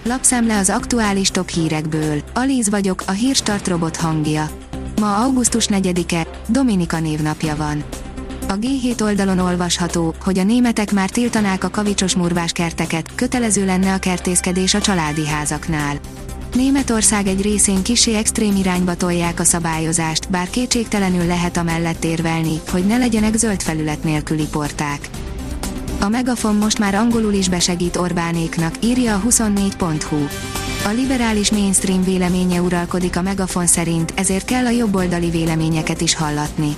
Lapszemle az aktuális top hírekből. Alíz vagyok, a Hírstart robot hangja. Ma augusztus 4-e, Dominika névnapja van. A G7 oldalon olvasható, hogy a németek már tiltanák a kavicsos murvás kerteket, kötelező lenne a kertészkedés a családi házaknál. Németország egy részén kissé extrém irányba tolják a szabályozást, bár kétségtelenül lehet amellett érvelni, hogy ne legyenek zöld felület nélküli porták. A Megafon most már angolul is besegít Orbánéknak, írja a 24.hu. A liberális mainstream véleménye uralkodik a Megafon szerint, ezért kell a jobboldali véleményeket is hallatni.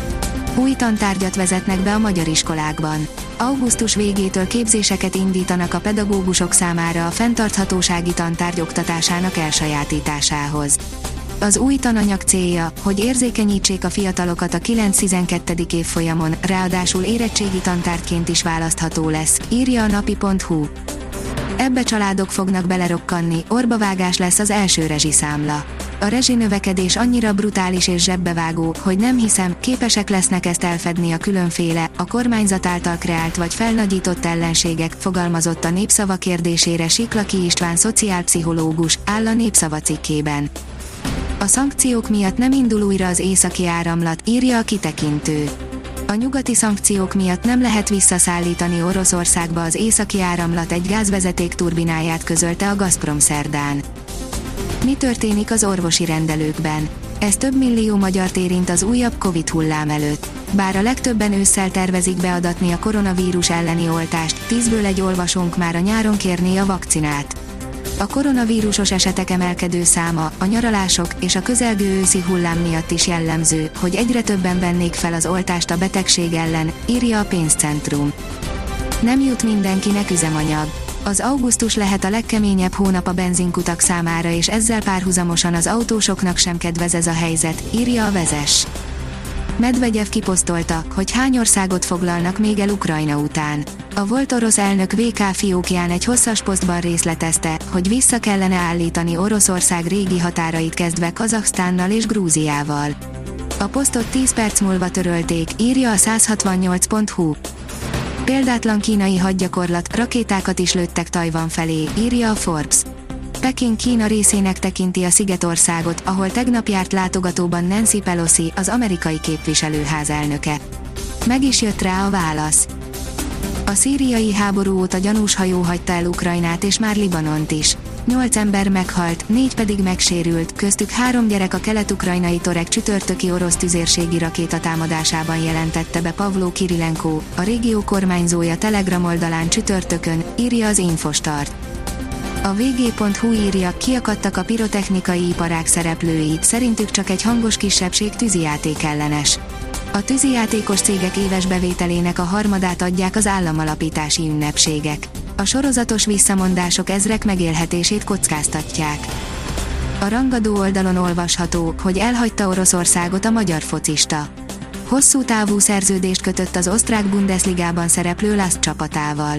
Új tantárgyat vezetnek be a magyar iskolákban. Augusztus végétől képzéseket indítanak a pedagógusok számára a fenntarthatósági tantárgy oktatásának elsajátításához. Az új tananyag célja, hogy érzékenyítsék a fiatalokat a 9-12. évfolyamon, ráadásul érettségi tantárgyként is választható lesz, írja a napi.hu. Ebbe családok fognak belerokkanni, orbavágás lesz az első rezsiszámla. A rezsinövekedés annyira brutális és zsebbevágó, hogy nem hiszem, képesek lesznek ezt elfedni a különféle, a kormányzat által kreált vagy felnagyított ellenségek, fogalmazott a Népszava kérdésére Siklaki István szociálpszichológus, áll a Népszava cikkében. A szankciók miatt nem indul újra az északi áramlat, írja a kitekintő. A nyugati szankciók miatt nem lehet visszaszállítani Oroszországba az északi áramlat egy gázvezeték turbináját, közölte a Gazprom szerdán. Mi történik az orvosi rendelőkben? Ez több millió magyart érint az újabb Covid hullám előtt. Bár a legtöbben ősszel tervezik beadatni a koronavírus elleni oltást, 10-ből egy olvasónk már a nyáron kérné a vakcinát. A koronavírusos esetek emelkedő száma, a nyaralások és a közelgő őszi hullám miatt is jellemző, hogy egyre többen vennék fel az oltást a betegség ellen, írja a Pénzcentrum. Nem jut mindenkinek üzemanyag. Az augusztus lehet a legkeményebb hónap a benzinkutak számára, és ezzel párhuzamosan az autósoknak sem kedvez ez a helyzet, írja a Vezes. Medvegyev kiposztolta, hogy hány országot foglalnak még el Ukrajna után. A volt orosz elnök VK fiókján egy hosszas posztban részletezte, hogy vissza kellene állítani Oroszország régi határait kezdve Kazaksztánnal és Grúziával. A posztot 10 perc múlva törölték, írja a 168.hu. Példátlan kínai hadgyakorlat, rakétákat is lőttek Tajvan felé, írja a Forbes. Peking Kína részének tekinti a szigetországot, ahol tegnap járt látogatóban Nancy Pelosi, az amerikai képviselőház elnöke. Meg is jött rá a válasz. A szíriai háború óta gyanús hajó hagyta el Ukrajnát és már Libanont is. 8 ember meghalt, 4 pedig megsérült, köztük 3 gyerek a kelet-ukrajnai Torek csütörtöki orosz tüzérségi rakétatámadásában, jelentette be Pavlo Kirilenko, a régió kormányzója Telegram oldalán csütörtökön, írja az Infostart. A vg.hu írja, kiakadtak a pirotechnikai iparág szereplői, szerintük csak egy hangos kisebbség tűzijáték ellenes. A tűzijátékos cégek éves bevételének a harmadát adják az államalapítási ünnepségek. A sorozatos visszamondások ezrek megélhetését kockáztatják. A rangadó oldalon olvasható, hogy elhagyta Oroszországot a magyar focista. Hosszú távú szerződést kötött az osztrák Bundesligában szereplő LASK csapatával.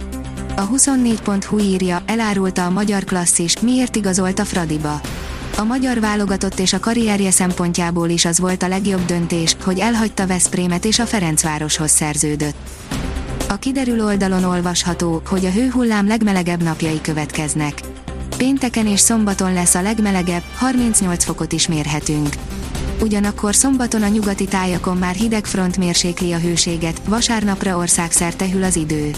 A 24.hu írja, elárulta a magyar klasszis, miért igazolt a Fradiba. A magyar válogatott és a karrierje szempontjából is az volt a legjobb döntés, hogy elhagyta Veszprémet és a Ferencvároshoz szerződött. A kiderül oldalon olvasható, hogy a hőhullám legmelegebb napjai következnek. Pénteken és szombaton lesz a legmelegebb, 38 fokot is mérhetünk. Ugyanakkor szombaton a nyugati tájakon már hideg front mérsékli a hőséget, vasárnapra országszerte hűl az idő.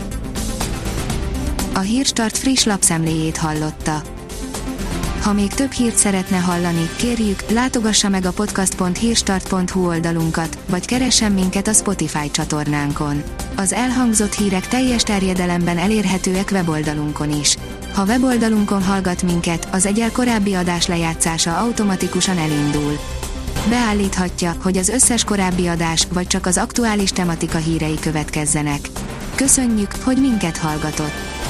A Hírstart friss lapszemléjét hallotta. Ha még több hírt szeretne hallani, kérjük, látogassa meg a podcast.hírstart.hu oldalunkat, vagy keressen minket a Spotify csatornánkon. Az elhangzott hírek teljes terjedelemben elérhetőek weboldalunkon is. Ha weboldalunkon hallgat minket, az egyel korábbi adás lejátszása automatikusan elindul. Beállíthatja, hogy az összes korábbi adás, vagy csak az aktuális tematika hírei következzenek. Köszönjük, hogy minket hallgatott!